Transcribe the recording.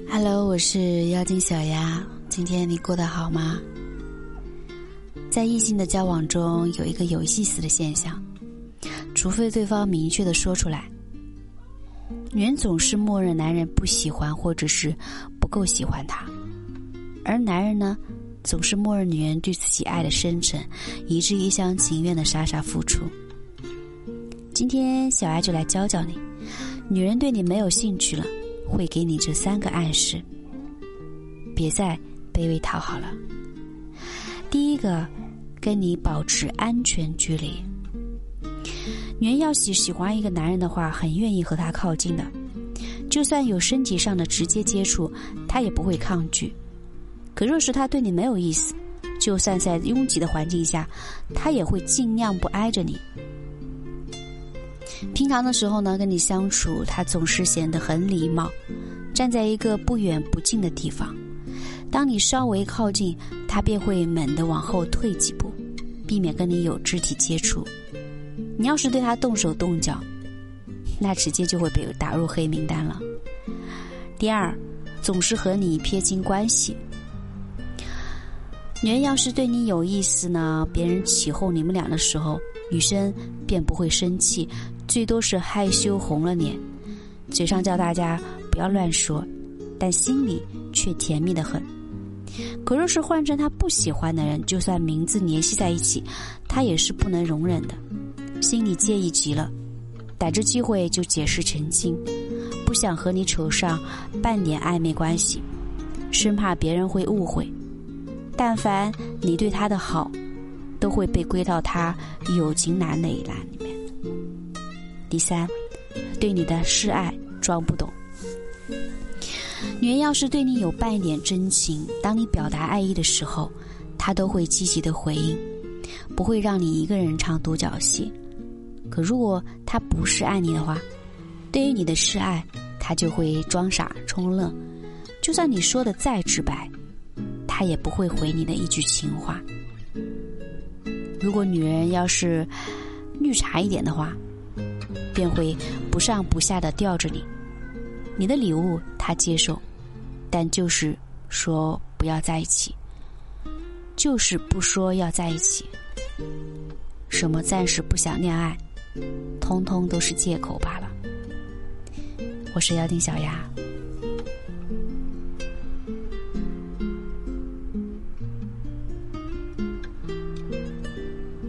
Hello， 我是妖精小丫，今天你过得好吗？在异性的交往中，有一个有意思的现象，除非对方明确地说出来，女人总是默认男人不喜欢或者是不够喜欢她，而男人呢，总是默认女人对自己爱的深沉，以致一厢情愿的傻傻付出。今天小丫就来教教你，女人对你没有兴趣了，会给你这3个暗示，别再卑微讨好了。第一个，跟你保持安全距离。女人要喜欢一个男人的话，很愿意和他靠近的，就算有身体上的直接接触，他也不会抗拒。可若是他对你没有意思，就算在拥挤的环境下，他也会尽量不挨着你。平常的时候呢，跟你相处，他总是显得很礼貌，站在一个不远不近的地方。当你稍微靠近，他便会猛地往后退几步，避免跟你有肢体接触。你要是对他动手动脚，那直接就会被打入黑名单了。第二，总是和你撇清关系。女人要是对你有意思呢，别人起哄你们俩的时候，女生便不会生气，最多是害羞红了脸，嘴上叫大家不要乱说，但心里却甜蜜得很。可若是换成他不喜欢的人，就算名字联系在一起，他也是不能容忍的，心里介意极了，逮着机会就解释澄清，不想和你扯上半点暧昧关系，生怕别人会误会。但凡你对他的好，都会被归到他友情栏那一栏里面。第三，对你的示爱装不懂。女人要是对你有半一点真情，当你表达爱意的时候，她都会积极的回应，不会让你一个人唱独角戏。可如果她不是爱你的话，对于你的示爱，她就会装傻充愣，就算你说的再直白，她也不会回你的一句情话。如果女人要是绿茶一点的话，便会不上不下的吊着你，你的礼物她接受，但就是说不要在一起，就是不说要在一起，什么暂时不想恋爱，通通都是借口罢了。我是妖精小丫。